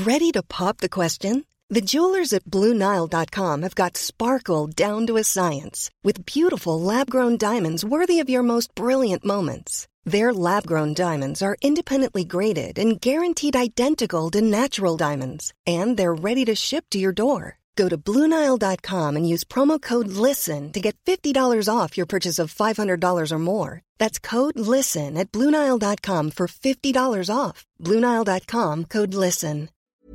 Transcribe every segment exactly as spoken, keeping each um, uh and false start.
Ready to pop the question? The jewelers at Blue Nile dot com have got sparkle down to a science with beautiful lab-grown diamonds worthy of your most brilliant moments. Their lab-grown diamonds are independently graded and guaranteed identical to natural diamonds, and they're ready to ship to your door. Go to Blue Nile dot com and use promo code LISTEN to get fifty dollars off your purchase of five hundred dollars or more. That's code LISTEN at Blue Nile dot com for fifty dollars off. Blue Nile dot com, code LISTEN.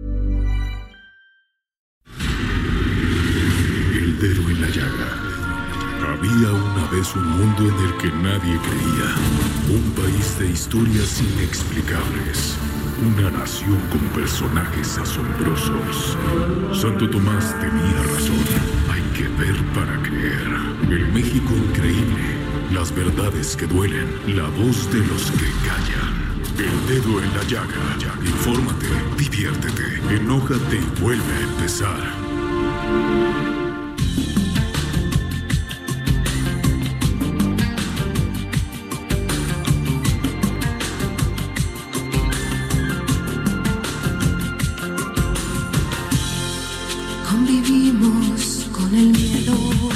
El dedo en la llaga. Había una vez un mundo en el que nadie creía. Un país de historias inexplicables. Una nación con personajes asombrosos. Santo Tomás tenía razón. Hay que ver para creer. El México increíble. Las verdades que duelen. La voz de los que callan. El dedo en la llaga. Infórmate, diviértete, enójate y vuelve a empezar. Convivimos con el miedo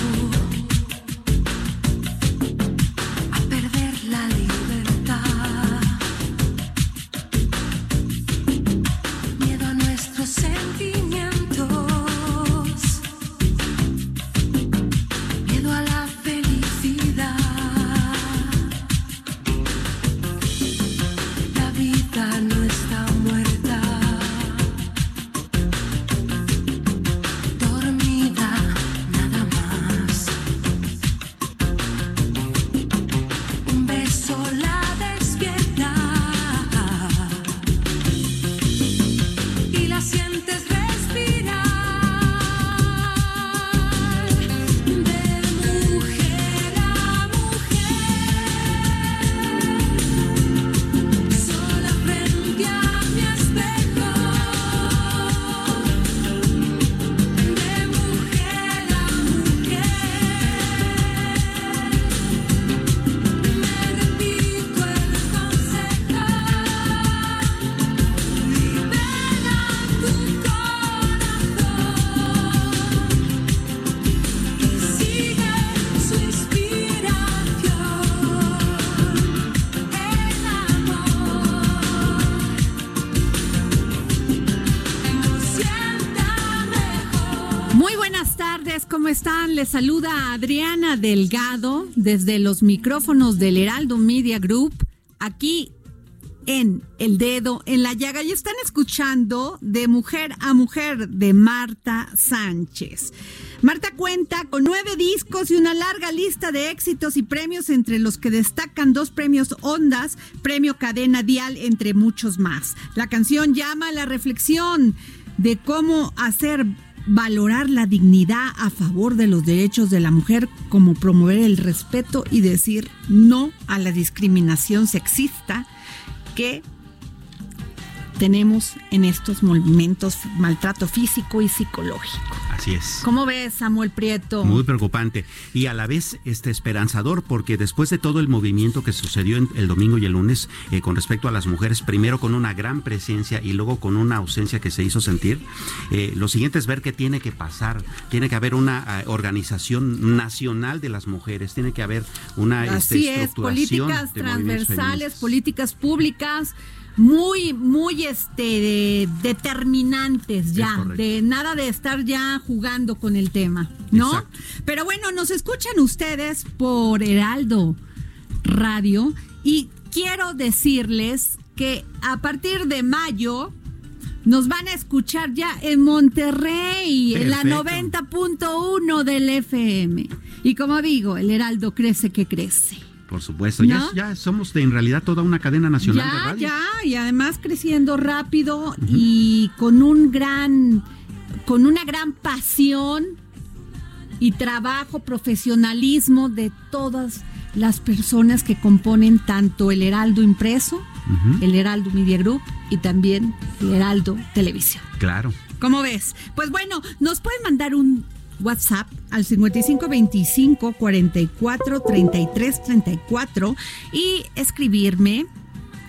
a perder la libertad, miedo a nuestros sentimientos, miedo a la felicidad. La vida no está muerta. ¿Cómo están? Les saluda Adriana Delgado desde los micrófonos del Heraldo Media Group, aquí en El Dedo en la Llaga. Y están escuchando De Mujer a Mujer de Marta Sánchez. Marta cuenta con nueve discos y una larga lista de éxitos y premios, entre los que destacan dos premios Ondas, premio Cadena Dial, entre muchos más. La canción llama a la reflexión de cómo hacer valorar la dignidad a favor de los derechos de la mujer, como promover el respeto y decir no a la discriminación sexista que tenemos en estos momentos, maltrato físico y psicológico. Así es. ¿Cómo ves, Samuel Prieto? Muy preocupante y a la vez este esperanzador, porque después de todo el movimiento que sucedió en el domingo y el lunes eh, con respecto a las mujeres, primero con una gran presencia y luego con una ausencia que se hizo sentir, eh, lo siguiente es ver qué tiene que pasar. Tiene que haber una uh, organización nacional de las mujeres, tiene que haber una Así este, es, estructuración políticas de transversales, políticas públicas muy, muy este de, determinantes ya, de nada de estar ya jugando con el tema, ¿no? Exacto. Pero bueno, nos escuchan ustedes por Heraldo Radio y quiero decirles que a partir de mayo nos van a escuchar ya en Monterrey, Perfecto. En la noventa punto uno del F M. Y como digo, el Heraldo crece que crece. Por supuesto, ¿no? ya, ya somos de, en realidad toda una cadena nacional ya, de radio. Ya, y además creciendo rápido uh-huh. y con un gran, con una gran pasión y trabajo, profesionalismo de todas las personas que componen tanto el Heraldo Impreso, uh-huh. el Heraldo Media Group y también el Heraldo Televisión. Claro. ¿Cómo ves? Pues bueno, nos pueden mandar un WhatsApp al cincuenta y cinco veinticinco cuarenta y cuatro treinta y tres treinta y cuatro y escribirme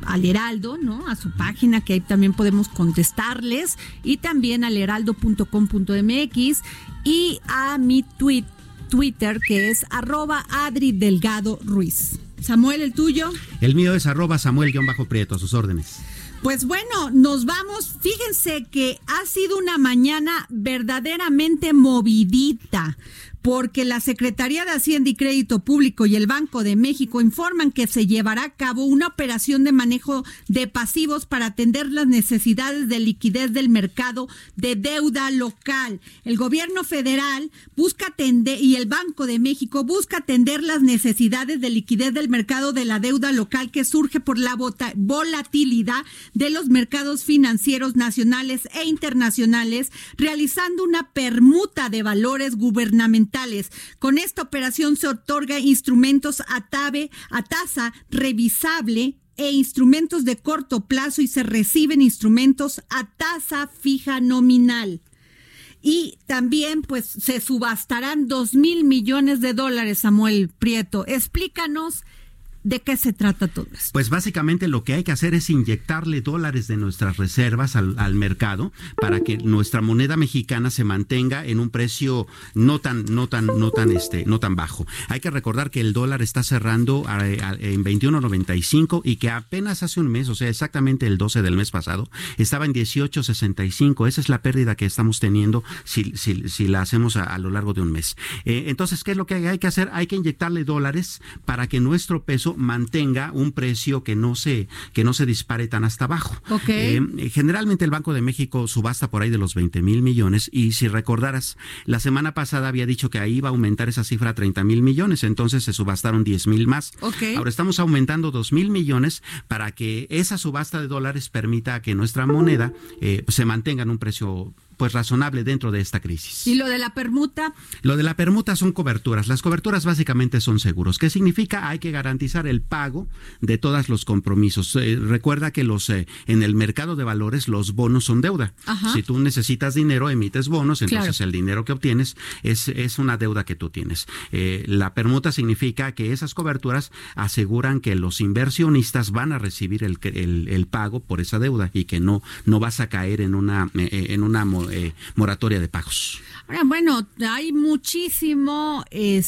al Heraldo, ¿no? A su página, que ahí también podemos contestarles, y también al heraldo punto com punto m x, y a mi tweet, Twitter, que es arroba Adri Delgado Ruiz. Samuel, ¿el tuyo? El mío es arroba Samuel-Prieto, a sus órdenes. Pues bueno, nos vamos. Fíjense que ha sido una mañana verdaderamente movidita, porque la Secretaría de Hacienda y Crédito Público y el Banco de México informan que se llevará a cabo una operación de manejo de pasivos para atender las necesidades de liquidez del mercado de deuda local. El gobierno federal busca atender, y el Banco de México busca atender las necesidades de liquidez del mercado de la deuda local que surge por la volatilidad de los mercados financieros nacionales e internacionales, realizando una permuta de valores gubernamentales. Con esta operación se otorga instrumentos a, tabe, a tasa revisable e instrumentos de corto plazo, y se reciben instrumentos a tasa fija nominal. Y también pues se subastarán dos mil millones de dólares, Samuel Prieto. Explícanos ¿de qué se trata todo esto? Pues básicamente lo que hay que hacer es inyectarle dólares de nuestras reservas al, al mercado para que nuestra moneda mexicana se mantenga en un precio no tan, no tan, no tan, este, no tan bajo. Hay que recordar que el dólar está cerrando a, a, en veintiuno noventa y cinco y que apenas hace un mes, o sea, exactamente el doce del mes pasado, estaba en dieciocho sesenta y cinco. Esa es la pérdida que estamos teniendo si, si, si la hacemos a, a lo largo de un mes. Eh, entonces, ¿qué es lo que hay que hacer? Hay que inyectarle dólares para que nuestro peso mantenga un precio que no se que no se dispare tan hasta abajo. Okay. Eh, generalmente el Banco de México subasta por ahí de los veinte mil millones, y si recordaras, la semana pasada había dicho que ahí iba a aumentar esa cifra a treinta mil millones, entonces se subastaron diez mil más. Okay. Ahora estamos aumentando dos mil millones para que esa subasta de dólares permita que nuestra moneda eh, se mantenga en un precio pues razonable dentro de esta crisis. ¿Y lo de la permuta? Lo de la permuta son coberturas. Las coberturas básicamente son seguros. ¿Qué significa? Hay que garantizar el pago de todos los compromisos. Eh, recuerda que los eh, en el mercado de valores los bonos son deuda. Ajá. Si tú necesitas dinero, emites bonos, entonces claro, el dinero que obtienes es, es una deuda que tú tienes. Eh, la permuta significa que esas coberturas aseguran que los inversionistas van a recibir el, el, el pago por esa deuda y que no, no vas a caer en una, eh, en una Eh, moratoria de pagos. Ahora, bueno, hay muchísimo,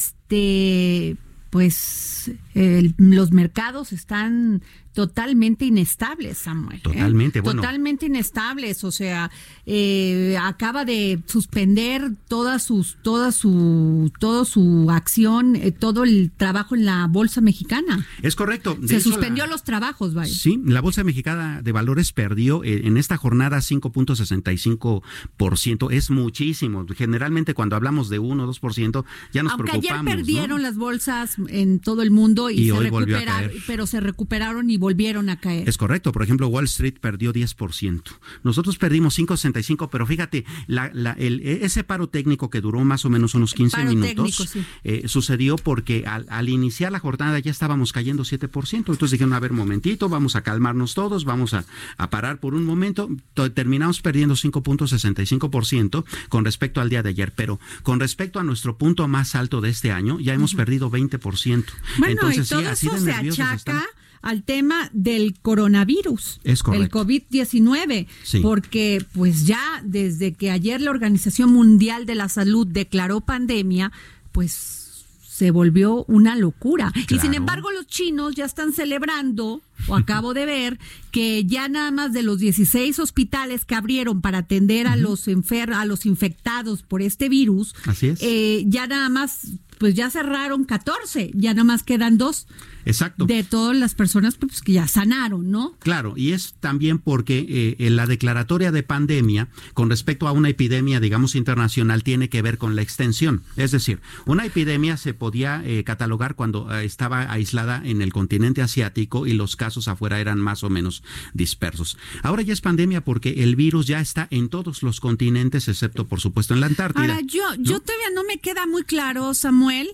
este, pues, el, los mercados están totalmente inestables, Samuel. Totalmente, ¿eh? bueno. Totalmente inestables, o sea, eh, acaba de suspender toda sus, toda su, toda su acción, eh, todo el trabajo en la Bolsa Mexicana. Es correcto. De Se hecho, suspendió la, los trabajos, vaya. Sí, la Bolsa Mexicana de Valores perdió eh, en esta jornada cinco punto sesenta y cinco por ciento. Es muchísimo. Generalmente cuando hablamos de uno o dos por ciento ya nos Aunque preocupamos. Aunque ayer perdieron, ¿no?, las bolsas en todo el mundo y, y se hoy volvió a recuperaron, caer. pero se recuperaron y volvieron a caer. Es correcto. Por ejemplo, Wall Street perdió diez por ciento. Nosotros perdimos cinco punto sesenta y cinco por ciento, pero fíjate, la, la, el, ese paro técnico que duró más o menos unos quince paro minutos, técnico, sí. eh, sucedió porque al, al iniciar la jornada ya estábamos cayendo siete por ciento. Entonces dijeron, a ver, momentito, vamos a calmarnos todos, vamos a, a parar por un momento. Terminamos perdiendo cinco punto sesenta y cinco por ciento con respecto al día de ayer, pero con respecto a nuestro punto más alto de este año, ya hemos uh-huh. perdido veinte por ciento. Bueno, entonces, y todo sí, así eso de se nerviosos achaca están. Al tema del coronavirus, es correcto, el COVID diecinueve, sí. porque pues ya desde que ayer la Organización Mundial de la Salud declaró pandemia, pues se volvió una locura. Claro. Y sin embargo los chinos ya están celebrando, o acabo de ver, que ya nada más de los dieciséis hospitales que abrieron para atender uh-huh. a los enfer- a los infectados por este virus, así es. Eh, ya nada más, pues ya cerraron catorce, ya nada más quedan dos. Exacto. De todas las personas pues, que ya sanaron, ¿no? Claro, y es también porque eh, en la declaratoria de pandemia con respecto a una epidemia, digamos, internacional, tiene que ver con la extensión. Es decir, una epidemia se podía eh, catalogar cuando eh, estaba aislada en el continente asiático y los casos afuera eran más o menos dispersos. Ahora ya es pandemia porque el virus ya está en todos los continentes, excepto, por supuesto, en la Antártida. Ahora, yo, ¿no? yo todavía no me queda muy claro, Samuel,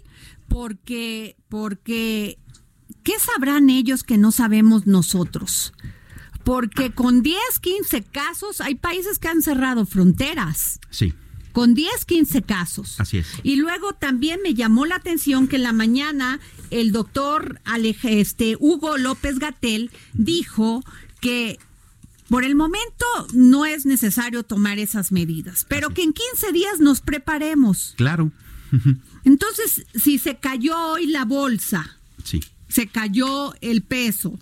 porque, porque ¿qué sabrán ellos que no sabemos nosotros? Porque con diez, quince casos hay países que han cerrado fronteras. Sí. con diez, quince casos. Así es. Y luego también me llamó la atención que en la mañana el doctor Alej- este, Hugo López-Gatell dijo que por el momento no es necesario tomar esas medidas, pero que en quince días nos preparemos. Claro. Entonces, si se cayó hoy la bolsa, sí. se cayó el peso,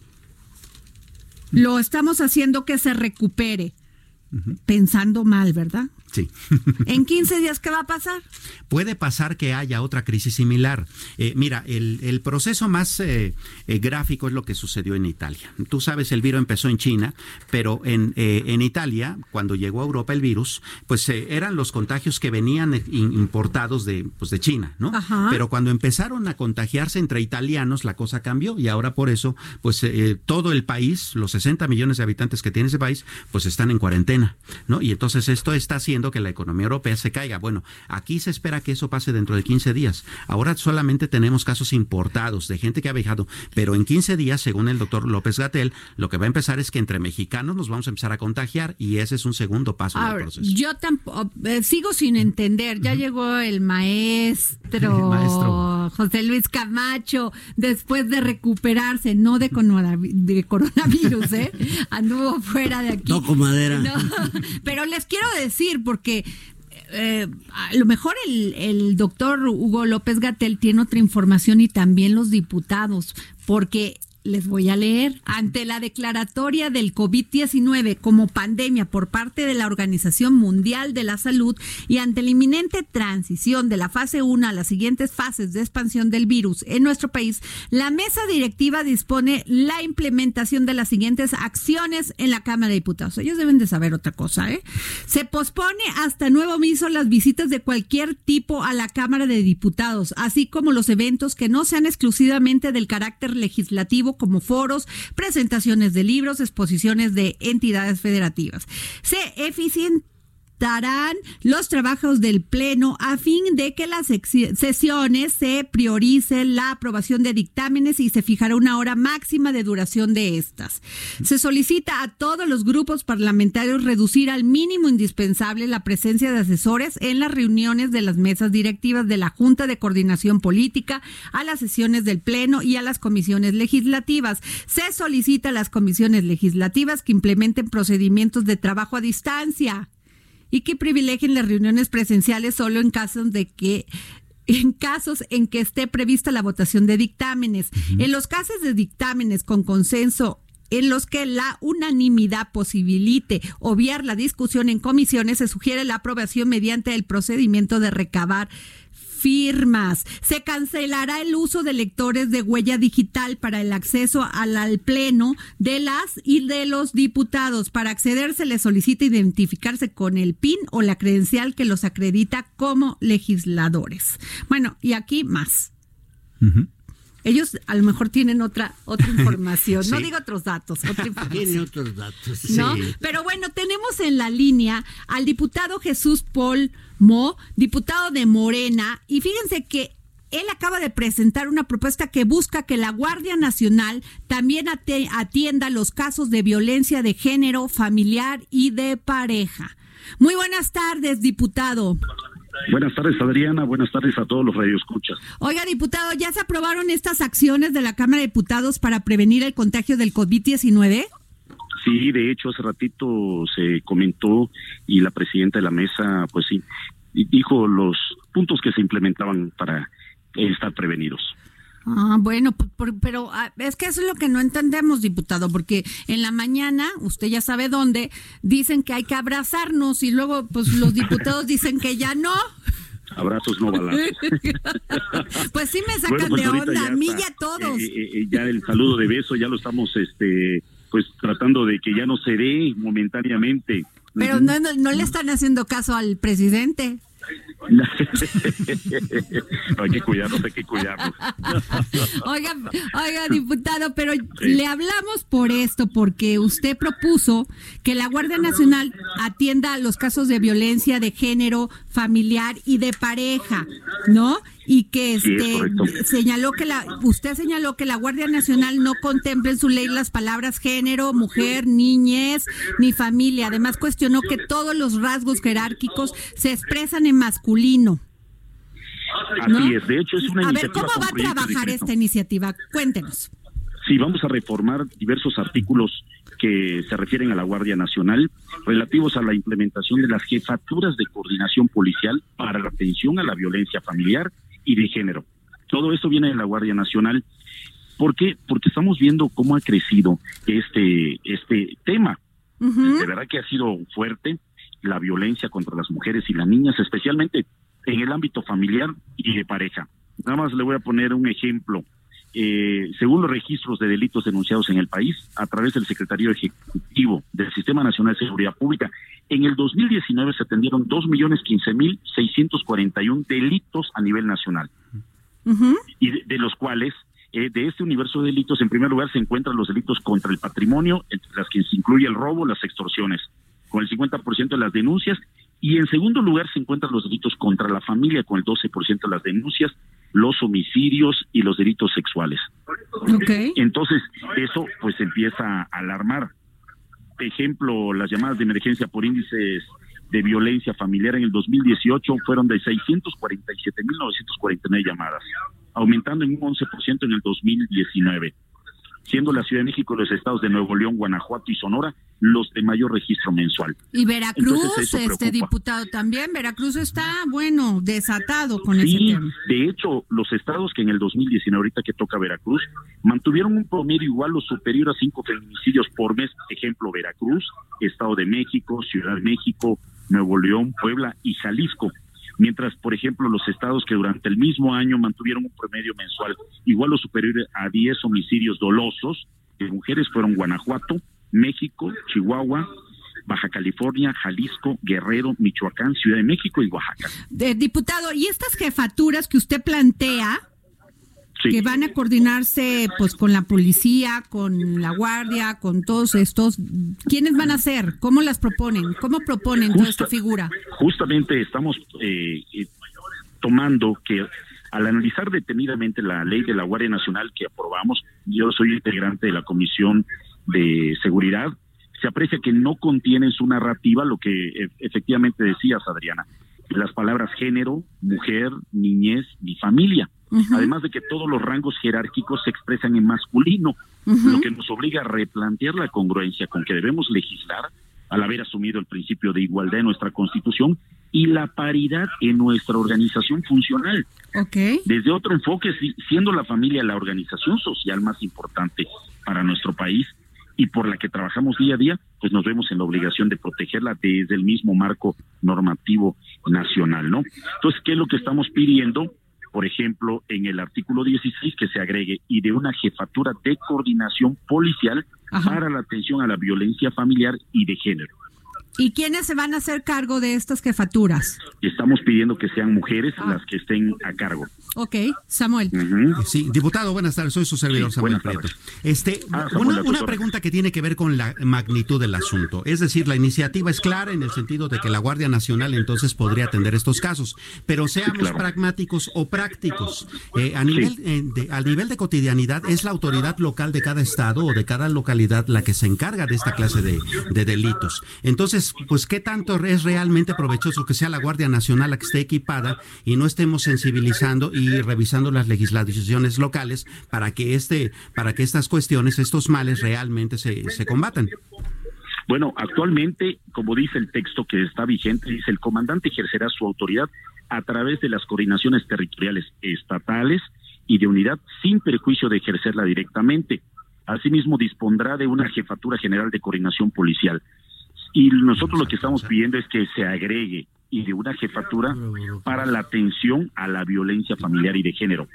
lo estamos haciendo que se recupere, uh-huh. pensando mal, ¿verdad? Sí. ¿En quince días qué va a pasar? Puede pasar que haya otra crisis similar. Eh, mira, el, el proceso más eh, eh, gráfico es lo que sucedió en Italia. Tú sabes, el virus empezó en China, pero en, eh, en Italia, cuando llegó a Europa el virus, pues eh, eran los contagios que venían eh, importados de, pues, de China, ¿no? Ajá. Pero cuando empezaron a contagiarse entre italianos, la cosa cambió y ahora por eso, pues eh, todo el país, los sesenta millones de habitantes que tiene ese país, pues están en cuarentena, ¿no? Y entonces esto está haciendo que la economía europea se caiga. Bueno, aquí se espera que eso pase dentro de quince días. Ahora solamente tenemos casos importados de gente que ha viajado, pero en quince días, según el doctor López-Gatell, lo que va a empezar es que entre mexicanos nos vamos a empezar a contagiar y ese es un segundo paso Ahora, del proceso. yo tampoco, eh, sigo sin entender. Ya uh-huh. llegó el maestro, maestro José Luis Camacho, después de recuperarse, no de, coronav- de coronavirus, ¿eh? Anduvo fuera de aquí. Toco madera. No, pero les quiero decir, porque Eh, a lo mejor el, el doctor Hugo López-Gatell tiene otra información y también los diputados, porque les voy a leer. Ante la declaratoria del COVID diecinueve como pandemia por parte de la Organización Mundial de la Salud y ante la inminente transición de la fase uno a las siguientes fases de expansión del virus en nuestro país, la mesa directiva dispone la implementación de las siguientes acciones en la Cámara de Diputados. Ellos deben de saber otra cosa, ¿eh? Se pospone hasta nuevo aviso las visitas de cualquier tipo a la Cámara de Diputados, así como los eventos que no sean exclusivamente del carácter legislativo, como foros, presentaciones de libros, exposiciones de entidades federativas. Se eficientarán los trabajos del Pleno a fin de que las sesiones se priorice la aprobación de dictámenes y se fijará una hora máxima de duración de estas. Se solicita a todos los grupos parlamentarios reducir al mínimo indispensable la presencia de asesores en las reuniones de las mesas directivas de la Junta de Coordinación Política, a las sesiones del Pleno y a las comisiones legislativas. Se solicita a las comisiones legislativas que implementen procedimientos de trabajo a distancia y que privilegien las reuniones presenciales solo en casos de que en casos en que esté prevista la votación de dictámenes. Uh-huh. En los casos de dictámenes con consenso en los que la unanimidad posibilite obviar la discusión en comisiones, se sugiere la aprobación mediante el procedimiento de recabar firmas. Se cancelará el uso de lectores de huella digital para el acceso al, al pleno de las y de los diputados. Para acceder se les solicita identificarse con el P I N o la credencial que los acredita como legisladores. Bueno, y aquí más. Uh-huh. Ellos a lo mejor tienen otra otra información, sí. No digo otros datos, otra información. Tienen otros datos, ¿no? Sí. Pero bueno, tenemos en la línea al diputado Jesús Paul Mo, diputado de Morena, y fíjense que él acaba de presentar una propuesta que busca que la Guardia Nacional también atienda los casos de violencia de género, familiar y de pareja. Muy buenas tardes, diputado. Buenas tardes, Adriana. Buenas tardes a todos los radioescuchas. Oiga, diputado, ¿ya se aprobaron estas acciones de la Cámara de Diputados para prevenir el contagio del COVID diecinueve? Sí, de hecho, hace ratito se comentó y la presidenta de la mesa, pues sí, dijo los puntos que se implementaban para estar prevenidos. Ah, bueno, por, pero es que eso es lo que no entendemos, diputado, porque en la mañana, usted ya sabe dónde, dicen que hay que abrazarnos y luego pues los diputados dicen que ya no. Abrazos, no balazos. Pues sí me sacan bueno, pues de onda, a mí y a todos. Eh, eh, ya el saludo de beso ya lo estamos este pues tratando de que ya no se dé momentáneamente. Pero uh-huh. no, no, no le están haciendo caso al presidente. No, hay que cuidarnos, hay que cuidarnos. Oiga, oiga, diputado, pero sí. Le hablamos por esto, porque usted propuso que la Guardia Nacional atienda los casos de violencia de género, familiar y de pareja, ¿no? y que Sí, este señaló que la usted señaló que la Guardia Nacional no contempla en su ley las palabras género, mujer, niñez ni familia. Además cuestionó que todos los rasgos jerárquicos se expresan en masculino. Así ¿no? es, de hecho es una a iniciativa. ver, ¿cómo va a con proyecto de trabajar decreto. esta iniciativa? Cuéntenos. Sí, vamos a reformar diversos artículos que se refieren a la Guardia Nacional relativos a la implementación de las jefaturas de coordinación policial para la atención a la violencia familiar y de género. Todo esto viene de la Guardia Nacional. ¿Por qué? Porque estamos viendo cómo ha crecido este, este tema. Uh-huh. De verdad que ha sido fuerte la violencia contra las mujeres y las niñas, especialmente en el ámbito familiar y de pareja. Nada más le voy a poner un ejemplo. Eh, según los registros de delitos denunciados en el país, a través del Secretario Ejecutivo del Sistema Nacional de Seguridad Pública, en el dos mil diecinueve se atendieron dos millones quince mil seiscientos cuarenta y uno delitos a nivel nacional. Uh-huh. Y de, de los cuales, eh, de este universo de delitos, en primer lugar se encuentran los delitos contra el patrimonio, entre las que se incluye el robo, las extorsiones, con el cincuenta por ciento de las denuncias, y en segundo lugar se encuentran los delitos contra la familia, con el doce por ciento de las denuncias, los homicidios y los delitos sexuales. Okay. Entonces, eso pues empieza a alarmar. Ejemplo, las llamadas de emergencia por índices de violencia familiar en el dos mil dieciocho fueron de seiscientos cuarenta y siete mil novecientos cuarenta y nueve llamadas, aumentando en un once por ciento en el dos mil diecinueve, siendo la Ciudad de México y los estados de Nuevo León, Guanajuato y Sonora los de mayor registro mensual. Y Veracruz, Entonces, eso este preocupa. diputado también, Veracruz está, bueno, desatado con ese Sí, tema. de hecho, los estados que en el dos mil diecinueve, ahorita que toca Veracruz, mantuvieron un promedio igual o superior a cinco feminicidios por mes. Ejemplo, Veracruz, Estado de México, Ciudad de México, Nuevo León, Puebla y Jalisco. Mientras, por ejemplo, los estados que durante el mismo año mantuvieron un promedio mensual igual o superior a diez homicidios dolosos de mujeres fueron Guanajuato, México, Chihuahua, Baja California, Jalisco, Guerrero, Michoacán, Ciudad de México y Oaxaca. Eh, diputado, ¿y estas jefaturas que usted plantea, Sí. que van a coordinarse pues con la policía, con la guardia, con todos estos, quiénes van a ser? ¿Cómo las proponen? ¿Cómo proponen toda Justa- esta figura? Justamente estamos eh, eh, tomando que al analizar detenidamente la ley de la Guardia Nacional que aprobamos, yo soy integrante de la Comisión de Seguridad, se aprecia que no contiene en su narrativa lo que e- efectivamente decías, Adriana, las palabras género, mujer, niñez y familia. Uh-huh. Además de que todos los rangos jerárquicos se expresan en masculino, Uh-huh. lo que nos obliga a replantear la congruencia con que debemos legislar al haber asumido el principio de igualdad en nuestra Constitución y la paridad en nuestra organización funcional. Ok. Desde otro enfoque, si- siendo la familia la organización social más importante para nuestro país y por la que trabajamos día a día, pues nos vemos en la obligación de protegerla desde el mismo marco normativo nacional, ¿no? Entonces, ¿qué es lo que estamos pidiendo? Por ejemplo, en el artículo dieciséis, que se agregue y de una jefatura de coordinación policial Ajá. para la atención a la violencia familiar y de género. ¿Y quiénes se van a hacer cargo de estas jefaturas? Estamos pidiendo que sean mujeres Ah. las que estén a cargo. Ok, Samuel. Ujú. Sí, diputado, buenas tardes, soy su servidor Sí, Samuel buenas Prieto. tardes. Este, Ah, Samuel, una, a tus una órdenes. pregunta que tiene que ver con la magnitud del asunto. Es decir, la iniciativa es clara en el sentido de que la Guardia Nacional entonces podría atender estos casos, pero seamos claro. pragmáticos o prácticos. Eh, a nivel eh, de, al nivel de cotidianidad, ¿es la autoridad local de cada estado o de cada localidad la que se encarga de esta clase de, de delitos? Entonces, pues, ¿qué tanto es realmente provechoso que sea la Guardia Nacional la que esté equipada y no estemos sensibilizando y revisando las legislaciones locales para que este, para que estas cuestiones, estos males realmente se, se combatan? Bueno, actualmente, como dice el texto que está vigente, dice el comandante ejercerá su autoridad a través de las coordinaciones territoriales estatales y de unidad sin perjuicio de ejercerla directamente. Asimismo, dispondrá de una jefatura general de coordinación policial. Y nosotros lo que estamos pidiendo es que se agregue y de una jefatura para la atención a la violencia familiar y de género.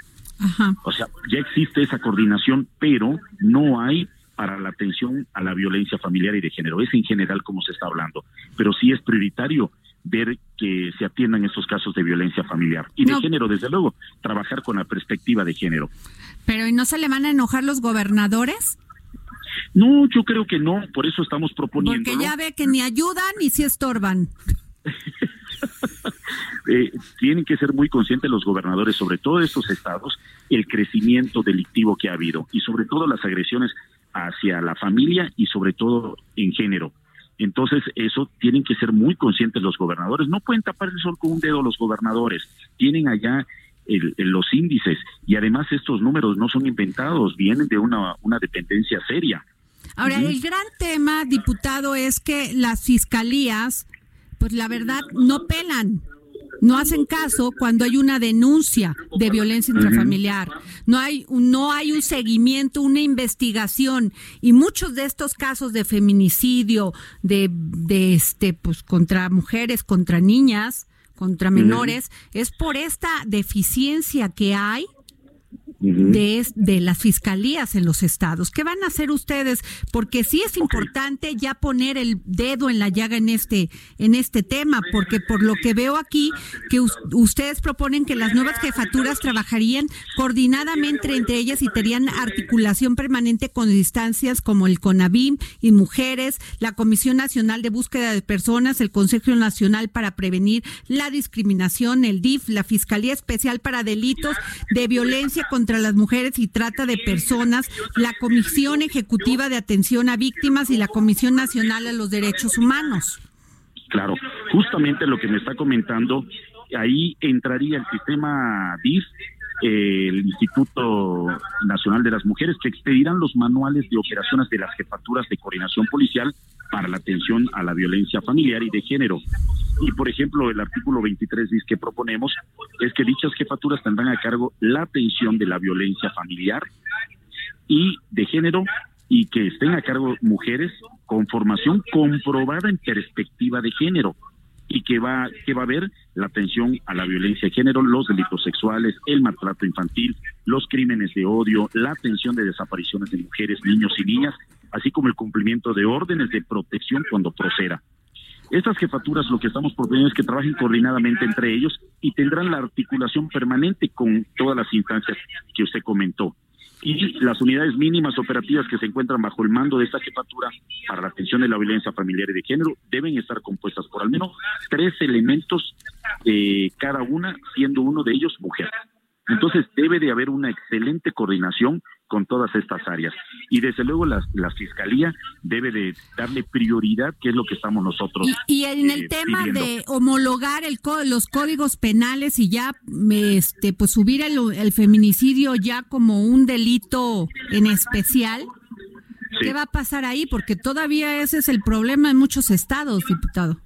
Ajá. O sea, ya existe esa coordinación, pero no hay para la atención a la violencia familiar y de género. Es en general como se está hablando, pero sí es prioritario ver que se atiendan estos casos de violencia familiar y de No. género, desde luego, trabajar con la perspectiva de género. Pero ¿y no se le van a enojar los gobernadores? No, yo creo que no, por eso estamos proponiendo. Porque ya ve que ni ayudan ni si estorban. eh, tienen que ser muy conscientes los gobernadores, sobre todo de estos estados, el crecimiento delictivo que ha habido y sobre todo las agresiones hacia la familia y sobre todo en género. Entonces, eso tienen que ser muy conscientes los gobernadores. No pueden tapar el sol con un dedo los gobernadores. Tienen allá el, el, los índices y además estos números no son inventados, vienen de una, una dependencia seria. Ahora, uh-huh. el gran tema, diputado, es que las fiscalías, pues la verdad, no pelan. No hacen caso cuando hay una denuncia de violencia intrafamiliar. No hay, no hay un seguimiento, una investigación. Y muchos de estos casos de feminicidio, de, de este, pues contra mujeres, contra niñas, contra menores, uh-huh. es por esta deficiencia que hay de, de las fiscalías en los estados. ¿Qué van a hacer ustedes? Porque sí es importante ya poner el dedo en la llaga en este en este tema, porque por lo que veo aquí, que us, ustedes proponen que las nuevas jefaturas trabajarían coordinadamente entre ellas y tendrían articulación permanente con instancias como el CONAVIM y Mujeres, la Comisión Nacional de Búsqueda de Personas, el Consejo Nacional para Prevenir la Discriminación, el D I F, la Fiscalía Especial para Delitos de Violencia contra contra las mujeres y trata de personas, la Comisión Ejecutiva de Atención a Víctimas y la Comisión Nacional a los Derechos Humanos. Claro, justamente lo que me está comentando, ahí entraría el sistema D I F, eh, el Instituto Nacional de las Mujeres, que expedirán los manuales de operaciones de las jefaturas de coordinación policial para la atención a la violencia familiar y de género. Y, por ejemplo, el artículo veintitrés bis que proponemos es que dichas jefaturas tendrán a cargo la atención de la violencia familiar y de género y que estén a cargo mujeres con formación comprobada en perspectiva de género y que va que va a haber la atención a la violencia de género, los delitos sexuales, el maltrato infantil, los crímenes de odio, la atención de desapariciones de mujeres, niños y niñas, así como el cumplimiento de órdenes de protección cuando proceda. Estas jefaturas lo que estamos proponiendo es que trabajen coordinadamente entre ellos y tendrán la articulación permanente con todas las instancias que usted comentó. Y las unidades mínimas operativas que se encuentran bajo el mando de esta jefatura para la atención de la violencia familiar y de género deben estar compuestas por al menos tres elementos, eh, cada una siendo uno de ellos mujer. Entonces debe de haber una excelente coordinación con todas estas áreas y desde luego la, la fiscalía debe de darle prioridad, que es lo que estamos nosotros y, y en el eh, tema pidiendo. De homologar el los códigos penales y ya este pues subir el, el feminicidio ya como un delito en especial. Sí. ¿Qué va a pasar ahí? Porque todavía ese es el problema en muchos estados, diputado.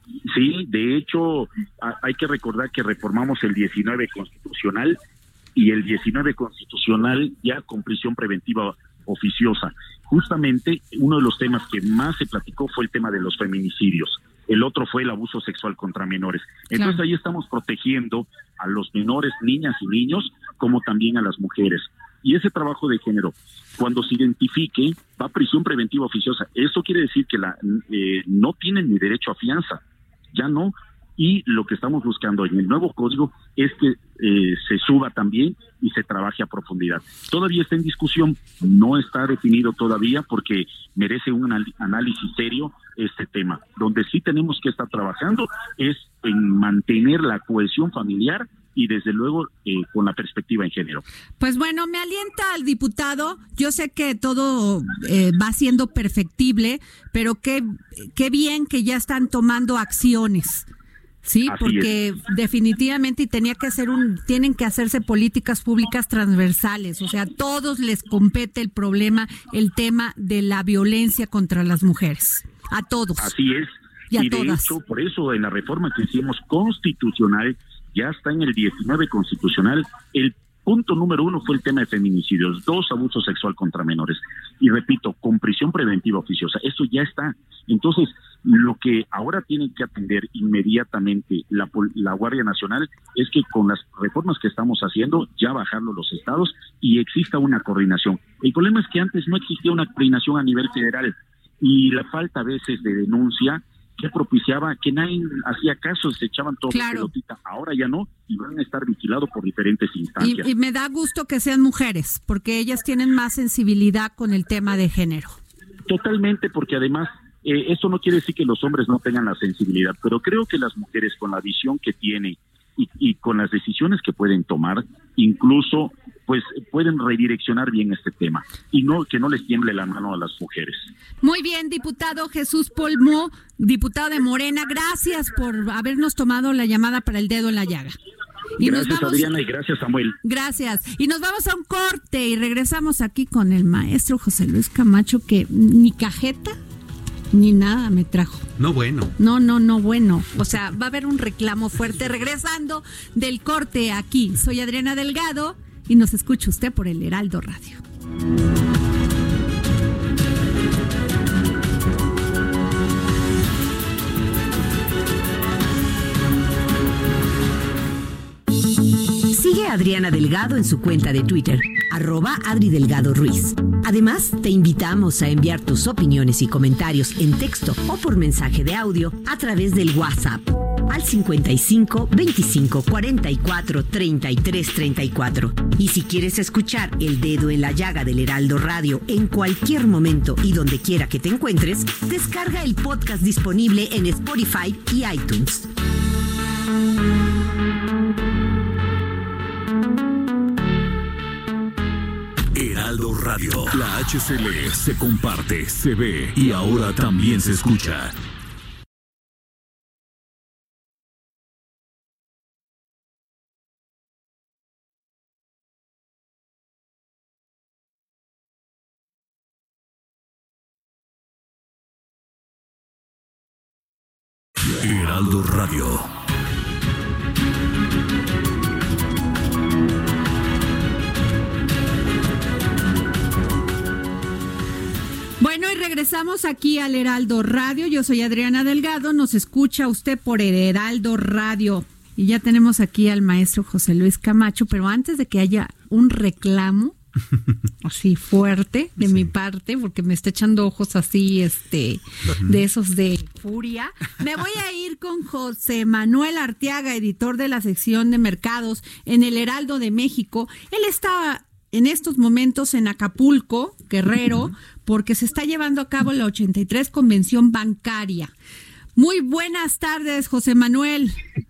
Sí, de hecho hay que recordar que reformamos el diecinueve constitucional y el diecinueve constitucional ya con prisión preventiva oficiosa. Justamente uno de los temas que más se platicó fue el tema de los feminicidios. El otro fue el abuso sexual contra menores. Entonces claro. Ahí estamos protegiendo a los menores, niñas y niños, como también a las mujeres. Y ese trabajo de género, cuando se identifique, va a prisión preventiva oficiosa. Eso quiere decir que la eh, no tienen ni derecho a fianza, ya no. Y lo que estamos buscando en el nuevo código es que eh, se suba también y se trabaje a profundidad. Todavía está en discusión, no está definido todavía porque merece un análisis serio este tema. Donde sí tenemos que estar trabajando es en mantener la cohesión familiar y desde luego eh, con la perspectiva en género. Pues bueno, me alienta al diputado. Yo sé que todo eh, va siendo perfectible, pero qué, qué bien que ya están tomando acciones. Sí, así porque es. Definitivamente y tenía que hacer un, tienen que hacerse políticas públicas transversales, o sea, a todos les compete el problema, el tema de la violencia contra las mujeres, a todos. Así es, y, a y de todas. hecho, por eso en la reforma que hicimos constitucional, ya está en el diecinueve constitucional, el punto número uno fue el tema de feminicidios, dos, abuso sexual contra menores, y repito, con prisión preventiva oficiosa, eso ya está. Entonces, lo que ahora tienen que atender inmediatamente la, la Guardia Nacional es que con las reformas que estamos haciendo, ya bajarlo los estados y exista una coordinación. El problema es que antes no existía una coordinación a nivel federal y la falta a veces de denuncia que propiciaba que nadie hacía caso, se echaban todo claro. pelotita, ahora ya no, y van a estar vigilados por diferentes instancias. Y, y me da gusto que sean mujeres, porque ellas tienen más sensibilidad con el tema de género. Totalmente, porque además, eh, eso no quiere decir que los hombres no tengan la sensibilidad, pero creo que las mujeres con la visión que tienen y, y con las decisiones que pueden tomar, incluso pues pueden redireccionar bien este tema y no que no les tiemble la mano a las mujeres. Muy bien, diputado Jesús Polmó, diputado de Morena, gracias por habernos tomado la llamada para el dedo en la llaga. Y gracias nos vamos, Adriana y gracias Samuel. Gracias. Y nos vamos a un corte y regresamos aquí con el maestro José Luis Camacho, que ni cajeta ni nada me trajo. No bueno. No, no, no bueno. O sea, va a haber un reclamo fuerte regresando del corte aquí. Soy Adriana Delgado y nos escucha usted por el Heraldo Radio. Sigue a Adriana Delgado en su cuenta de Twitter, arroba Adri Delgado Ruiz. Además, te invitamos a enviar tus opiniones y comentarios en texto o por mensaje de audio a través del WhatsApp al cincuenta y cinco, veinticinco, cuarenta y cuatro, treinta y tres, treinta y cuatro. Y si quieres escuchar El Dedo en la Llaga del Heraldo Radio en cualquier momento y donde quiera que te encuentres, descarga el podcast disponible en Spotify y iTunes. Heraldo Radio, la H C L se comparte, se ve y ahora también se escucha. Heraldo Radio. Bueno, y regresamos aquí al Heraldo Radio. Yo soy Adriana Delgado. Nos escucha usted por el Heraldo Radio. Y ya tenemos aquí al maestro José Luis Camacho. Pero antes de que haya un reclamo así fuerte de sí. mi parte, porque me está echando ojos así, este, de esos de furia, me voy a ir con José Manuel Arteaga, editor de la sección de mercados en el Heraldo de México. Él está en estos momentos en Acapulco, Guerrero, porque se está llevando a cabo la ochenta y tres Convención Bancaria. Muy buenas tardes, José Manuel.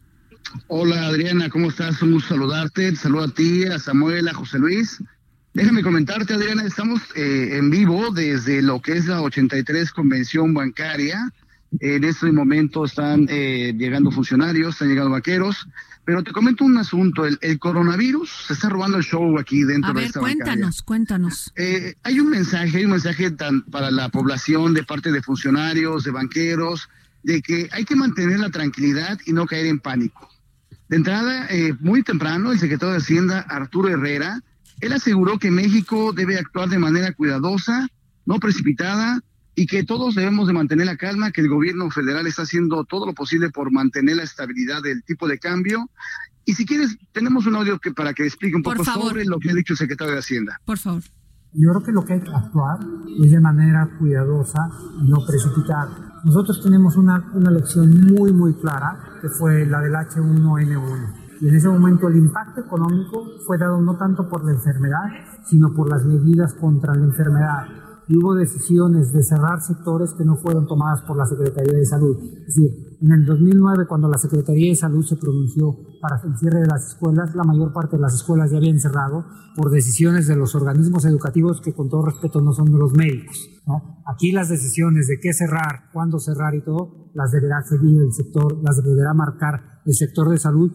Hola, Adriana, ¿cómo estás? Un gusto saludarte. Te saludo a ti, a Samuel, a José Luis. Déjame comentarte, Adriana, estamos eh, en vivo desde lo que es la ochenta y tres Convención Bancaria. En este momento están eh, llegando funcionarios, están llegando vaqueros. Pero te comento un asunto, el, el coronavirus se está robando el show aquí dentro a ver, de esta cuéntanos, bancaria. cuéntanos. Eh, hay un mensaje, hay un mensaje tan, para la población de parte de funcionarios, de banqueros, de que hay que mantener la tranquilidad y no caer en pánico. De entrada, eh, muy temprano, el secretario de Hacienda, Arturo Herrera, él aseguró que México debe actuar de manera cuidadosa, no precipitada, y que todos debemos de mantener la calma, que el gobierno federal está haciendo todo lo posible por mantener la estabilidad del tipo de cambio. Y si quieres, tenemos un audio que para que explique un Por poco favor. sobre lo que ha dicho el secretario de Hacienda. Por favor. Yo creo que lo que hay que actuar es de manera cuidadosa y no precipitada. Nosotros tenemos una, una lección muy, muy clara, que fue la del H uno N uno. Y en ese momento el impacto económico fue dado no tanto por la enfermedad, sino por las medidas contra la enfermedad. Y hubo decisiones de cerrar sectores que no fueron tomadas por la Secretaría de Salud. Es decir, en el dos mil nueve, cuando la Secretaría de Salud se pronunció para el cierre de las escuelas, la mayor parte de las escuelas ya habían cerrado por decisiones de los organismos educativos que, con todo respeto, no son de los médicos, ¿no? Aquí las decisiones de qué cerrar, cuándo cerrar y todo, las deberá seguir el sector, las deberá marcar el sector de salud.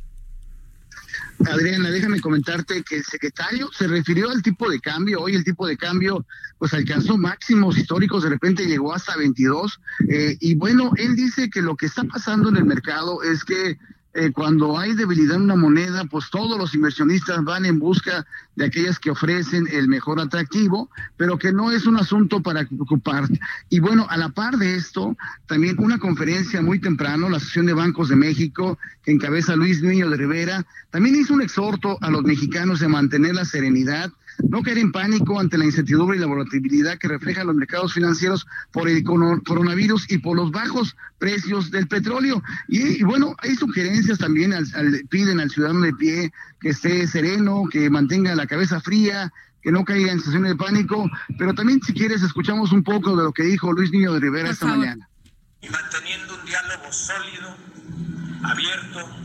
Adriana, déjame comentarte que el secretario se refirió al tipo de cambio. Hoy el tipo de cambio pues alcanzó máximos históricos, de repente llegó hasta veintidós. Eh, y bueno, él dice que lo que está pasando en el mercado es que eh, cuando hay debilidad en una moneda, pues todos los inversionistas van en busca de aquellas que ofrecen el mejor atractivo, pero que no es un asunto para preocupar. Y bueno, a la par de esto, también una conferencia muy temprano, la Asociación de Bancos de México, que encabeza Luis Niño de Rivera, también hizo un exhorto a los mexicanos de mantener la serenidad, no caer en pánico ante la incertidumbre y la volatilidad que reflejan los mercados financieros por el coronavirus y por los bajos precios del petróleo. Y, y bueno, hay sugerencias también, al, al, piden al ciudadano de pie que esté sereno, que mantenga la cabeza fría, que no caiga en situaciones de pánico. Pero también, si quieres, escuchamos un poco de lo que dijo Luis Niño de Rivera esta mañana. Y manteniendo un diálogo sólido, abierto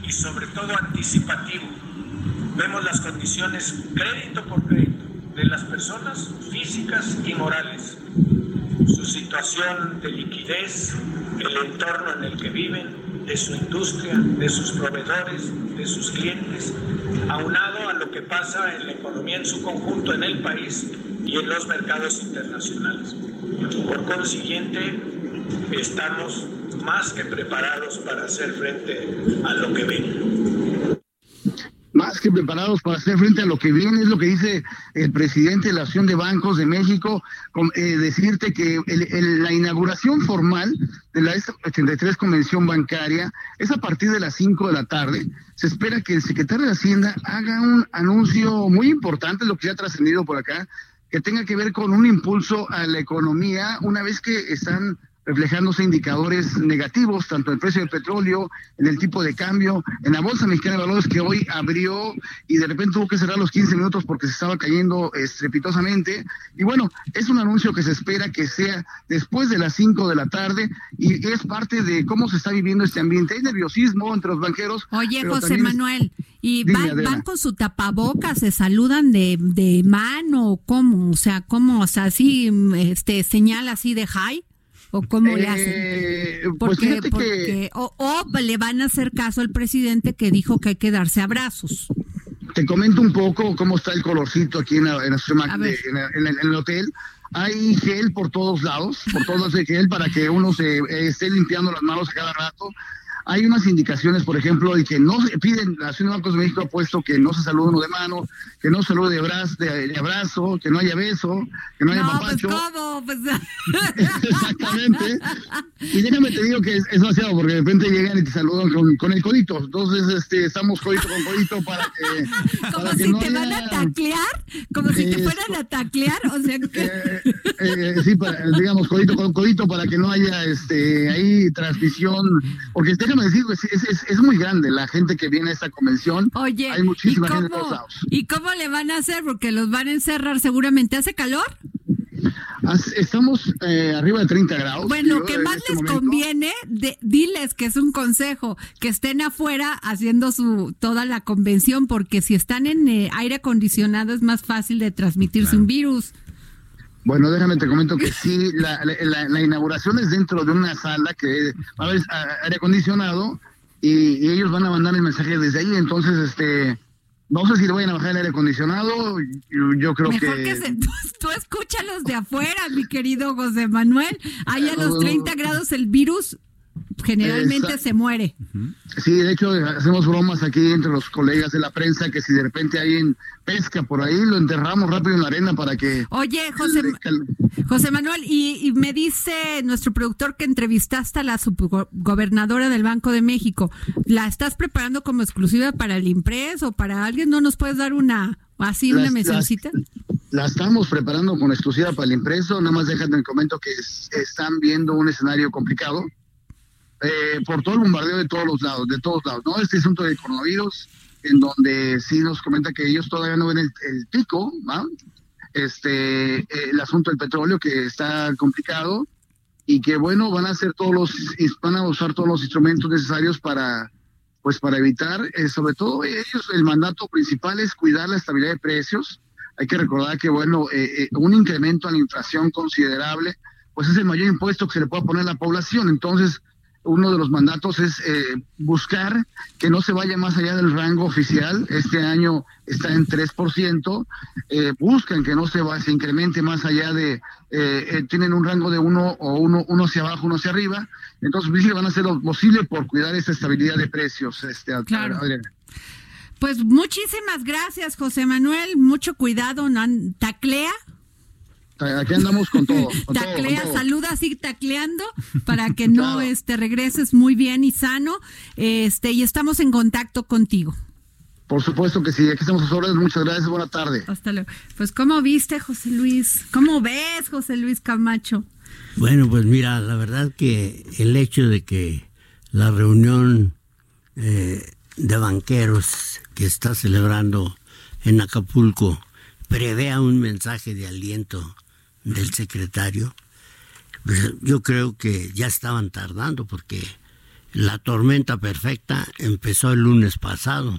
y sobre todo anticipativo. Vemos las condiciones crédito por crédito de las personas físicas y morales, su situación de liquidez, el entorno en el que viven, de su industria, de sus proveedores, de sus clientes, aunado a lo que pasa en la economía en su conjunto en el país y en los mercados internacionales. Por consiguiente, estamos más que preparados para hacer frente a lo que viene. Más que preparados para hacer frente a lo que viene, es lo que dice el presidente de la Asociación de Bancos de México, con, eh, decirte que el, el, la inauguración formal de la ochenta y tres Convención Bancaria es a partir de las cinco de la tarde. Se espera que el secretario de Hacienda haga un anuncio muy importante, lo que ya ha trascendido por acá, que tenga que ver con un impulso a la economía una vez que están reflejándose indicadores negativos, tanto en el precio del petróleo, en el tipo de cambio, en la Bolsa Mexicana de Valores, que hoy abrió y de repente tuvo que cerrar los quince minutos porque se estaba cayendo estrepitosamente. Y bueno, es un anuncio que se espera que sea después de las cinco de la tarde y es parte de cómo se está viviendo este ambiente. Hay nerviosismo entre los banqueros. Oye, José Manuel, es... ¿y Dime, van, van con su tapabocas, se saludan de, de mano, cómo? O sea, ¿cómo? O sea, así, este, señal así de hi. ¿O cómo eh, le hacen? Porque, pues porque que... o, o le van a hacer caso al presidente que dijo que hay que darse abrazos. Te comento un poco cómo está el colorcito aquí en, la, en, la, de, en, la, en, el, en el hotel. Hay gel por todos lados, por todos lados hay gel para que uno se eh, esté limpiando las manos cada rato. Hay unas indicaciones, por ejemplo, de que no se piden, la Asociación de Bancos de México ha puesto que no se salude uno de mano, que no se salude de abrazo, de, de abrazo, que no haya beso, que no haya no, papacho. Pues, ¿cómo? Pues... Exactamente. Y déjame te digo que es, es demasiado, porque de repente llegan y te saludan con, con el codito. Entonces, este, estamos codito con codito para que... Como para si que no te haya... van a taclear, como si te fueran a taclear, o sea que... Eh, eh, sí, para, digamos, codito con codito para que no haya este ahí transmisión, porque déjame decir, es, es, es muy grande la gente que viene a esta convención. Oye, hay muchísima ¿y cómo, gente de todos lados. ¿y cómo le van a hacer? Porque los van a encerrar seguramente. ¿Hace calor? Estamos eh, arriba de treinta grados. Bueno, lo que más este les momento. conviene, de, diles que es un consejo, que estén afuera haciendo su toda la convención, porque si están en eh, aire acondicionado es más fácil de transmitirse claro. un virus. Bueno, déjame te comento que sí, la, la, la inauguración es dentro de una sala que va a haber aire acondicionado y, y ellos van a mandar el mensaje desde ahí, entonces este... No sé si le vayan a bajar el aire acondicionado, yo, yo creo Mejor que... que se, tú, tú escúchalos de afuera, mi querido José Manuel. Ahí a los treinta grados el virus generalmente Esa... se muere. Sí, de hecho hacemos bromas aquí entre los colegas de la prensa que si de repente hay en pesca por ahí, lo enterramos rápido en la arena para que... Oye, José, José Manuel, y, y me dice nuestro productor que entrevistaste a la subgobernadora del Banco de México. ¿La estás preparando como exclusiva para el Impres o para alguien? ¿No nos puedes dar una así una mencioncita? La, la estamos preparando con exclusiva para el impreso, nada más déjate en comento que es, están viendo un escenario complicado. Eh, por todo el bombardeo de todos los lados, de todos lados, ¿no? Este asunto del coronavirus, en donde sí nos comenta que ellos todavía no ven el, el pico, ¿no? Este, eh, el asunto del petróleo que está complicado y que bueno, van a hacer todos los, van a usar todos los instrumentos necesarios para, pues para evitar, eh, sobre todo ellos, el mandato principal es cuidar la estabilidad de precios. Hay que recordar que bueno, eh, eh, un incremento en la inflación considerable, pues es el mayor impuesto que se le puede poner a la población, entonces uno de los mandatos es eh, buscar que no se vaya más allá del rango oficial. Este año está en tres por ciento. Eh, buscan que no se, va, se incremente más allá de... Eh, eh, tienen un rango de uno o uno, uno hacia abajo, uno hacia arriba. Entonces pues, van a hacer lo posible por cuidar esa estabilidad de precios. Este, claro. Adriana. Pues muchísimas gracias, José Manuel. Mucho cuidado, ¿no? Taclea. Aquí andamos con todo. Con Taclea, todo, con todo. Saluda así tacleando para que no claro. este regreses muy bien y sano. Este, y estamos en contacto contigo. Por supuesto que sí, aquí estamos a sus órdenes. Muchas gracias, buena tarde. Hasta luego. Pues, ¿cómo viste, José Luis? ¿Cómo ves, José Luis Camacho? Bueno, pues mira, la verdad que el hecho de que la reunión eh, de banqueros que está celebrando en Acapulco prevea un mensaje de aliento del secretario, pues yo creo que ya estaban tardando porque la tormenta perfecta empezó el lunes pasado